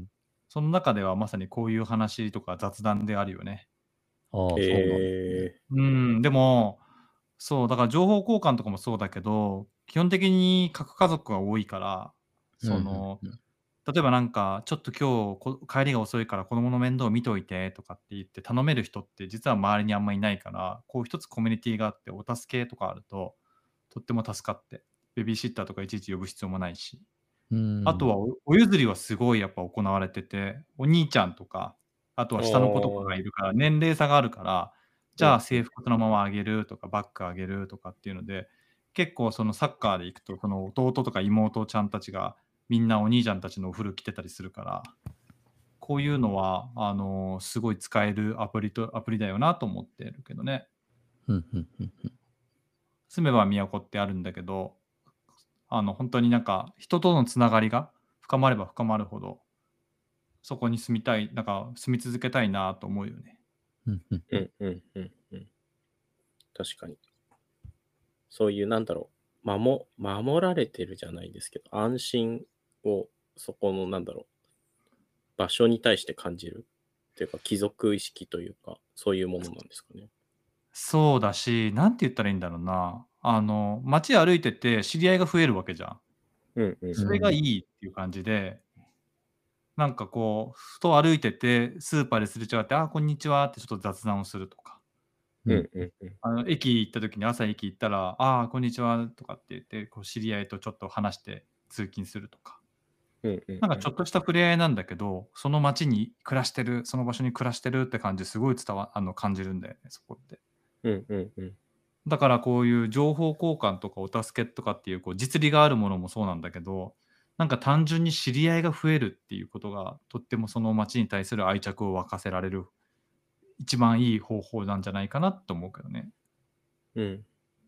[SPEAKER 2] その中ではまさにこういう話とか雑談であるよね。
[SPEAKER 1] ああ、そうなんですね。
[SPEAKER 3] え
[SPEAKER 2] うん、でも、そう、だから情報交換とかもそうだけど、基本的に核家族が多いから、
[SPEAKER 1] うんうん
[SPEAKER 2] その、
[SPEAKER 1] うん。
[SPEAKER 2] 例えばなんか、ちょっと今日こ帰りが遅いから子供の面倒を見といてとかって言って頼める人って実は周りにあんまいないから、こう一つコミュニティがあってお助けとかあると、とっても助かって、ベビーシッターとかいちいち呼ぶ必要もないし。
[SPEAKER 1] うん
[SPEAKER 2] あとはおお譲りはすごいやっぱ行われてて、お兄ちゃんとか、あとは
[SPEAKER 3] ー、
[SPEAKER 2] 下の子とか
[SPEAKER 3] ああ、
[SPEAKER 2] がいるから年齢差があるから、じゃあ
[SPEAKER 3] うん、
[SPEAKER 2] 制服そのままあげるとか、バッグあげるとかっていうので、結構そのサッカーで行くと、その弟とか妹ちゃんたちがみんなお兄ちゃんたちのお古着てたりするから、こういうのはあの、すごい使えるアプリとアプリだよなと思ってるけどね。
[SPEAKER 1] うんうんうんうん。
[SPEAKER 2] 住めば都ってあるんだけど、あの、ほんとになんか人とのつながりが深まれば深まるほどそこに住みたい、なんか住み続けたいなと思うよね。
[SPEAKER 1] うんうんうん。
[SPEAKER 3] うんうんうんうん。確かに。そういう、なんだろう、守守られてるじゃないですけど、安心をそこの、なんだろう、場所に対して感じるっていうか、帰属意識というか、そういうものなんですかね。
[SPEAKER 2] そうだし、なんて言ったらいいんだろうな。あの、街歩いてて知り合いが増えるわけじゃん。
[SPEAKER 3] うんうん
[SPEAKER 2] それがいいっていう感じで、なんかこう、ふと歩いてて、スーパーですれ違って、あ、こんにちはってちょっと雑談をするとか。
[SPEAKER 3] うん。
[SPEAKER 1] うん
[SPEAKER 3] うんうん
[SPEAKER 2] あの、駅行った時に朝駅行ったら、ああ、こんにちはとかって言って、こう知り合いとちょっと話して通勤するとか。
[SPEAKER 3] うんうん
[SPEAKER 2] なんかちょっとした触れ合いなんだけど、その街に暮らしてる、その場所に暮らしてるって感じすごい伝わあの、感じるんだよね、そこって。
[SPEAKER 3] うんうんうん
[SPEAKER 2] だからこういう情報交換とかお助けとかっていう、こう実利があるものもそうなんだけど、なんか単純に知り合いが増えるっていうことが、とってもその街に対する愛着を沸かせられる、一番いい方法なんじゃないかなと思うけどね。
[SPEAKER 3] うん。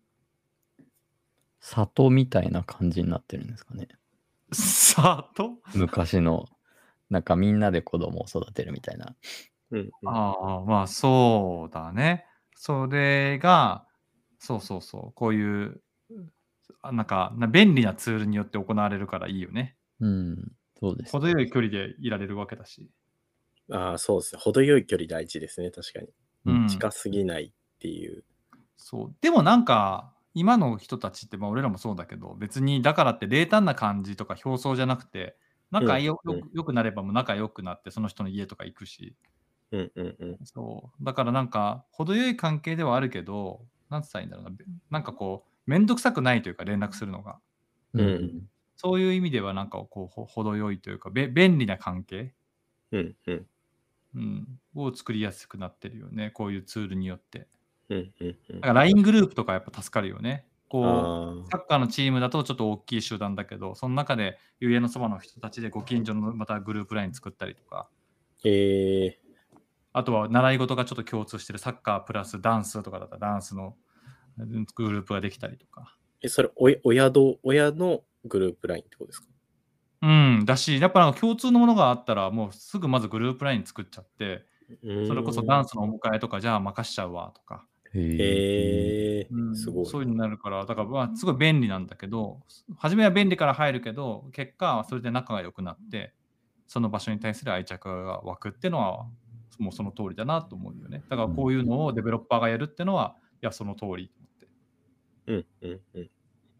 [SPEAKER 1] 里みたいな感じになってるんですかね。
[SPEAKER 2] 里？
[SPEAKER 1] 昔の、なんかみんなで子供を育てるみたいな。
[SPEAKER 3] うんうん。
[SPEAKER 2] ああ、まあ、そうだね。それが、そうそうそう、こういう、あ、なんか、な便利なツールによって行われるからいいよね。
[SPEAKER 1] うん、そうですね。
[SPEAKER 2] 程よい距離でいられるわけだし。
[SPEAKER 3] ああ、そうですね。程よい距離大事ですね、確かに。
[SPEAKER 1] うん。
[SPEAKER 3] 近すぎないっていう。
[SPEAKER 2] そう。でもなんか、今の人たちって、ま、俺らもそうだけど、別にだからって冷淡な感じとか表層じゃなくて、仲
[SPEAKER 3] うん
[SPEAKER 2] よよ
[SPEAKER 3] うん
[SPEAKER 2] 良くなればもう仲良くなって、その人の家とか行くし。
[SPEAKER 3] うんうんうん。
[SPEAKER 2] そう。だからなんか、程よい関係ではあるけど、なんつったらいいんだろうな、べなんかこう、めんどくさくないというか、連絡するのが。
[SPEAKER 1] う
[SPEAKER 3] うん
[SPEAKER 1] ん。
[SPEAKER 2] そういう意味ではなんかこう、ほ程よいというか、べ便利な関係、
[SPEAKER 3] うんうん
[SPEAKER 2] うん、を作りやすくなってるよね、こういうツールによって。
[SPEAKER 3] うんうんうん。
[SPEAKER 2] だから ライン グループとかやっぱ助かるよね。こう、
[SPEAKER 3] ああ、
[SPEAKER 2] サッカーのチームだとちょっと大きい集団だけど、その中で家のそばの人たちでご近所のまたグループ ライン 作ったりとか、
[SPEAKER 3] ええ、
[SPEAKER 2] あとは習い事がちょっと共通してるサッカープラスダンスとかだったらダンスのうんグループができたりとか。
[SPEAKER 3] え、それ、おや親ど親のグループラインってことですか？
[SPEAKER 2] うん、だし、やっぱなんか共通のものがあったら、もうすぐまずグループ ライン 作っちゃって、
[SPEAKER 3] う
[SPEAKER 2] それこそ
[SPEAKER 3] ーん。
[SPEAKER 2] ダンスのお迎えとか、じゃあ任しちゃうわとか。
[SPEAKER 1] へえ。
[SPEAKER 3] へえ、
[SPEAKER 2] うん、
[SPEAKER 3] すごい。
[SPEAKER 2] そういうのになるから、だから、まあ、すごい便利なんだけど、初めは便利から入るけど、結果それで仲が良くなって、その場所に対する愛着が湧くってのは、もうその通りだなと思うよね。だからこういうのをデベロッパーがやるってのは、いや、その通りと思って。
[SPEAKER 3] うんうんうん。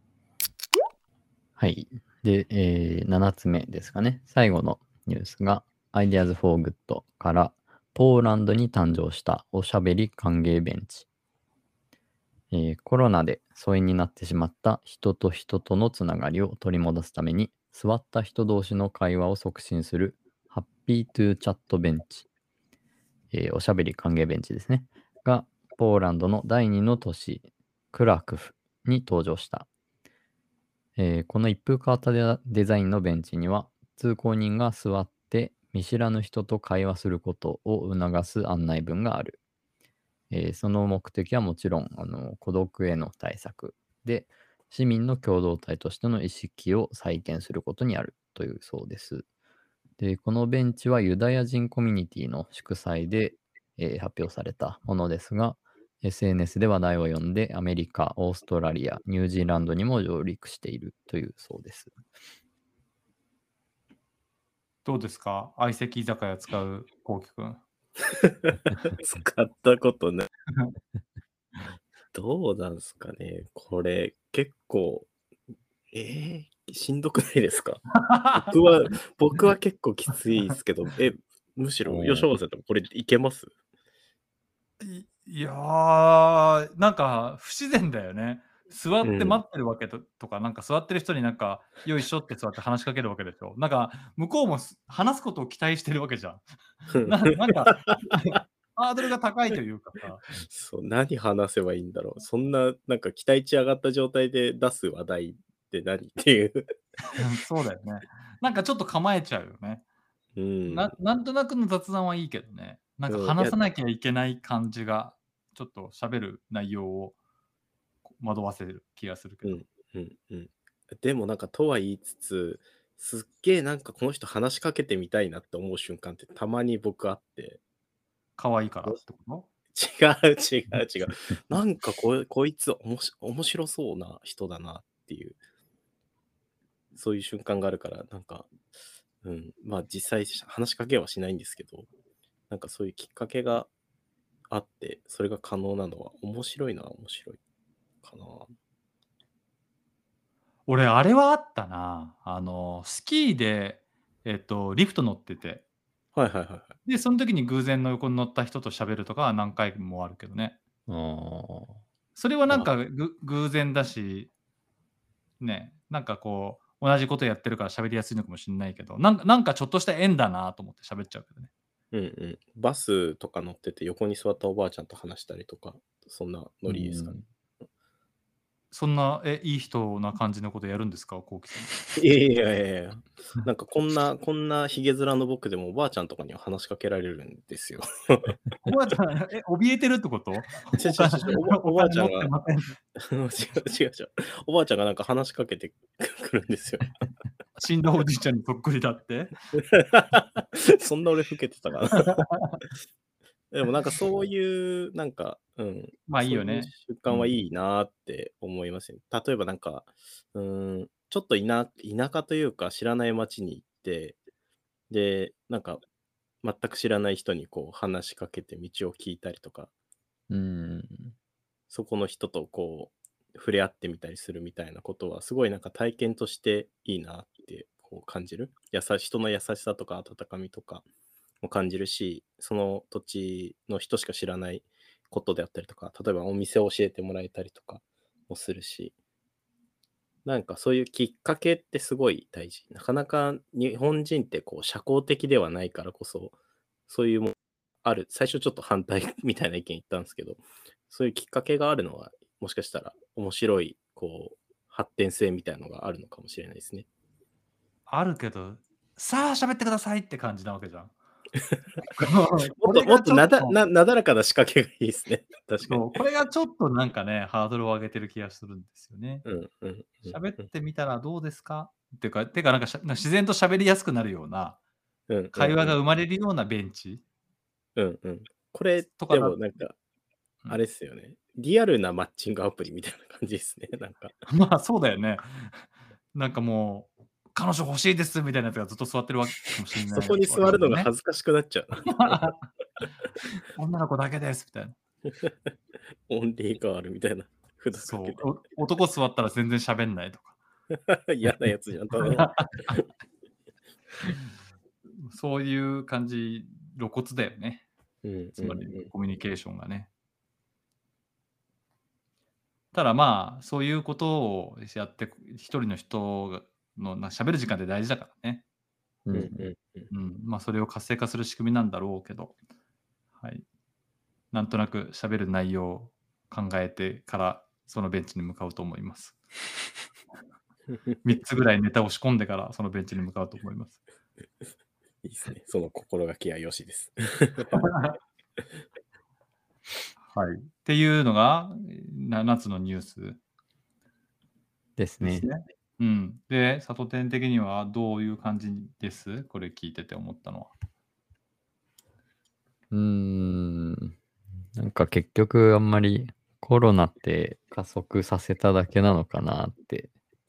[SPEAKER 1] はい。で、えー、ななつめですかね。最後のニュースが Ideas for Good からポーランドに誕生したおしゃべり歓迎ベンチ。えーコロナで疎遠になってしまった人と人とのつながりを取り戻すために座った人同士の会話を促進するハッピートゥーチャットベンチ、えーおしゃべり歓迎ベンチですね。がポーランドの第二の都市クラクフに登場した。えーこの一風変わったデデザインのベンチには、通行人が座って見知らぬ人と会話することを促す案内文がある。えーその目的はもちろん、あの孤独への対策で、市民の共同体としての意識を再建することにあるというそうです。で、このベンチはユダヤ人コミュニティの祝祭で、えー発表されたものですが、 エスエヌエス で話題を呼んで、アメリカ、オーストラリア、ニュージーランドにも上陸しているというそうです。
[SPEAKER 2] どうですか、相席居酒屋使うこうきくん。
[SPEAKER 3] 使ったことない。どうなんすかね。これ、結構、えー、しんどくないですか？僕は、僕は結構きついですけど、え、むしろ、吉岡さんとこれいけます？
[SPEAKER 2] いいやー、なんか不自然だよね。座って
[SPEAKER 3] うん。
[SPEAKER 2] 待ってるわけととか、なんか座ってる人になんか、よいしょって座って話しかけるわけでしょ。なんか向こうもす話すことを期待してるわけじゃん。ななんか、ハードルが高いというかさ。
[SPEAKER 3] そう、何話せばいいんだろう。そんな、なんか期待値上がった状態で出す話題って何っていう。
[SPEAKER 2] そうだよね。なんかちょっと構えちゃうよね。
[SPEAKER 3] う。
[SPEAKER 2] なんなんとなくの雑談はいいけどね。なんか
[SPEAKER 3] うん、いや、
[SPEAKER 2] 話さなきゃいけない感じが、ちょっと喋る内容をこ惑わせる気がするけど。
[SPEAKER 3] うん、うん、うん。でもなんかとは言いつつ、すっげえなんかこの人話しかけてみたいなって思う瞬間ってたまに僕あって。
[SPEAKER 2] 可愛いから
[SPEAKER 3] お
[SPEAKER 2] ってこと？
[SPEAKER 3] 違う違う違う。なんかここいつおもし面白そうな人だなっていう、そういう瞬間があるから、なんか、うん、まあ実際し話しかけはしないんですけど、なんかそういうきっかけがあって、それが可能なのは面白いのは面白いかな。
[SPEAKER 2] 俺、あれはあったな。あの、スキーで、えっと、リフト乗ってて、
[SPEAKER 3] はいはいはいはい。
[SPEAKER 2] で、その時に偶然の横に乗った人と喋るとかは何回もあるけどね。
[SPEAKER 1] ああ。
[SPEAKER 2] それはなん
[SPEAKER 3] あ、
[SPEAKER 2] か、ぐ偶然だし、ね、なんかこう、同じことやってるから喋りやすいのかもしんないけど、なんかなんかちょっとした縁だなと思って喋っちゃうけどね。
[SPEAKER 3] うんうん。バスとか乗ってて横に座ったおばあちゃんと話したりとか、そんなノ
[SPEAKER 1] う
[SPEAKER 3] リですかね。
[SPEAKER 1] ん。
[SPEAKER 2] そんな、え、いい人な感じのことやるんですか？こうきさん。
[SPEAKER 3] いやいやいやいや。なんかこんな、こんなヒゲ面の僕でもおばあちゃんとかには話しかけられるんですよ。
[SPEAKER 2] おばあちゃん、え、怯えてるってこと？
[SPEAKER 3] ちょ
[SPEAKER 2] お金
[SPEAKER 3] ちょちょ、おばお
[SPEAKER 2] お金持って
[SPEAKER 3] ばあちゃんが、
[SPEAKER 2] ません。
[SPEAKER 3] 違う違う違う。おばあちゃんがなんか話しかけてくるんですよ。
[SPEAKER 2] 死んだおじいちゃんにそっくりだって？
[SPEAKER 3] そんな俺老けてたかな。でもなんかそういう、なんか、うん、
[SPEAKER 2] まあ、いい
[SPEAKER 3] そういう
[SPEAKER 2] よね。
[SPEAKER 3] 習
[SPEAKER 2] うん。
[SPEAKER 3] 慣はいいなって思いますね。例えばなんか、うーん、ちょっといな田舎というか知らない町に行って、で、なんか全く知らない人にこう話しかけて道を聞いたりとか、
[SPEAKER 1] うん。
[SPEAKER 3] そこの人とこう触れ合ってみたりするみたいなことは、すごいなんか体験としていいなってこう感じる。やさ人の優しさとか温かみとかも感じるし、その土地の人しか知らないことであったりとか、例えばお店を教えてもらえたりとかもするし、なんかそういうきっかけってすごい大事。なかなか日本人ってこう社交的ではないからこそ、そういうものある、最初ちょっと反対みたいな意見言ったんですけど、そういうきっかけがあるのは、もしかしたら面白い、こう、発展性みたいなのがあるのかもしれないですね。
[SPEAKER 2] あるけど、さあ喋ってくださいって感じなわけじゃん。
[SPEAKER 3] もっと、もっ
[SPEAKER 2] これが
[SPEAKER 3] となだ、
[SPEAKER 2] ちょっと
[SPEAKER 3] な、なだらかな仕掛けがいいですね。確かに。
[SPEAKER 2] そう、これがちょっとなんかね、ハードルを上げてる気がするんですよね。
[SPEAKER 3] うん、うん、うん、
[SPEAKER 2] 喋っ
[SPEAKER 3] うん、
[SPEAKER 2] てみたらどうですか？ってかてかなんかしゃ自然と喋りやすくなるような、
[SPEAKER 3] うん、うん、うん、
[SPEAKER 2] 会話が生まれるようなベンチ
[SPEAKER 3] うん、うん。これ、で
[SPEAKER 2] とかだ
[SPEAKER 3] もなんか、あ
[SPEAKER 2] うん。
[SPEAKER 3] れっすよね。リアルなマッチングアプリみたいな感じですね。なんか。
[SPEAKER 2] まあ、そうだよね。なんかもう、彼女欲しいですみたいなやつがずっと座ってるわけかもしれない
[SPEAKER 3] そこに
[SPEAKER 2] わけ
[SPEAKER 3] 座るのが
[SPEAKER 2] だもんね。
[SPEAKER 3] 恥ずかしくなっちゃうな。
[SPEAKER 2] 女の子だけですみたいな。
[SPEAKER 3] オンリーガールみたいな札かけて。
[SPEAKER 2] そう、お男座ったら全然喋んないとか。
[SPEAKER 3] 嫌なやつじゃん、ただの。
[SPEAKER 2] そういう感じ、露骨だよね。
[SPEAKER 3] うん、うん、
[SPEAKER 2] つまり
[SPEAKER 3] うん。
[SPEAKER 2] コミュニケーションがね。ただまあ、そういうことをやってく一人の人がのな喋る時間って大事だからね。
[SPEAKER 3] うん、
[SPEAKER 1] うん。
[SPEAKER 3] うん、うん。
[SPEAKER 2] うん、まあ、それを活性化する仕組みなんだろうけど、はい。なんとなく喋る内容を考えてから、そのベンチに向かうと思います。みっつぐらいネタを仕込んでから、そのベンチに向かうと思います。
[SPEAKER 3] いいですね。その心がけはよしです。
[SPEAKER 2] はい。っていうのが、な夏のニュース
[SPEAKER 1] ですね。
[SPEAKER 2] ですね。うん。で、サトテン的にはどういう感じです？これ聞いてて思ったのは。
[SPEAKER 1] うーん。 なんか結局あんまりコロナって加速させただけなのかなって。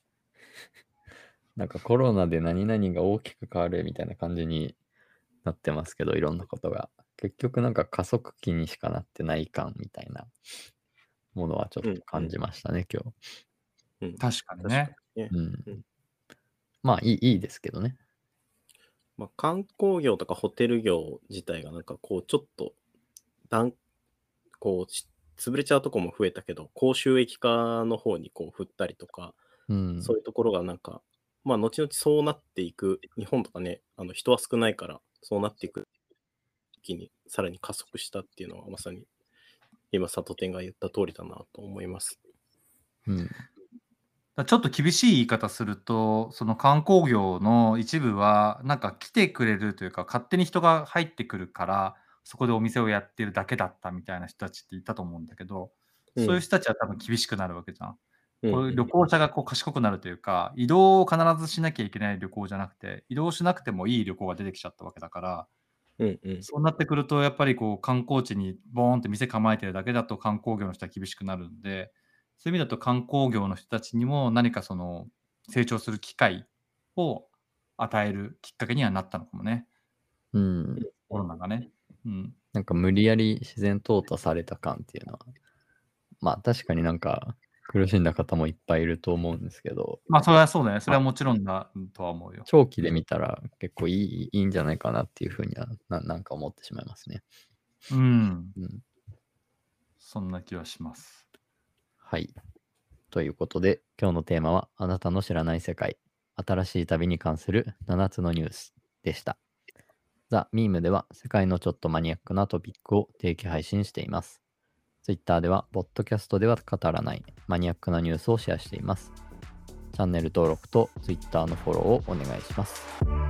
[SPEAKER 1] なんかコロナで何々が大きく変わるみたいな感じになってますけど、いろんなことが。結局なんか加速期にしかなってない感みたいなものはちょっと感じましたね、今
[SPEAKER 3] うん、
[SPEAKER 2] 確かに
[SPEAKER 3] 確か
[SPEAKER 2] ね。
[SPEAKER 3] にね。
[SPEAKER 1] 日。うん。
[SPEAKER 3] うん
[SPEAKER 1] まあいい、いいですけどね。
[SPEAKER 3] まあ、観光業とかホテル業自体がなんかこうちょっとだんこうし潰れちゃうとこも増えたけど、高収益化の方にこう振ったりとか、
[SPEAKER 1] うん。
[SPEAKER 3] そういうところがなんか、まあ後々そうなっていく、日本とかね、あの人は少ないからそうなっていく時にさらに加速したっていうのはまさに今サトテンが言った通りだなと思います。
[SPEAKER 1] うん。
[SPEAKER 2] だちょっと厳しい言い方すると、その観光業の一部は、なんか来てくれるというか、勝手に人が入ってくるから、そこでお店をやってるだけだったみたいな人たちっていたと思うんだけど、そういう人たちは多分厳しくなるわけじゃん。
[SPEAKER 3] うん
[SPEAKER 2] こういう旅行者がこう賢くなるというか、移動を必ずしなきゃいけない旅行じゃなくて、移動しなくてもいい旅行が出てきちゃったわけだから、
[SPEAKER 3] うんうん
[SPEAKER 2] そうなってくるとやっぱりこう観光地にボーンって店構えてるだけだと観光業の人は厳しくなるんで、そういう意味だと観光業の人たちにも何かその成長する機会を与えるきっかけにはなったのかもね、
[SPEAKER 1] うん。
[SPEAKER 2] コロナがね。うん。
[SPEAKER 1] なんか無理やり自然淘汰された感っていうのは、まあ確かになんか苦しんだ方もいっぱいいると思うんですけど、
[SPEAKER 2] まあそれはそうだね。それはもちろんだとは思うよ。
[SPEAKER 1] 長期で見たら結構いい、いいんじゃないかなっていうふうにはな、なんか思ってしまいますね。
[SPEAKER 2] うん。
[SPEAKER 1] うん。
[SPEAKER 2] そんな気はします。
[SPEAKER 1] はい。ということで、今日のテーマは、あなたの知らない世界、新しい旅に関するななつのニュースでした。ザ・ミームでは、世界のちょっとマニアックなトピックを定期配信しています。Twitter では、ポッドキャストでは語らないマニアックなニュースをシェアしています。チャンネル登録と Twitter のフォローをお願いします。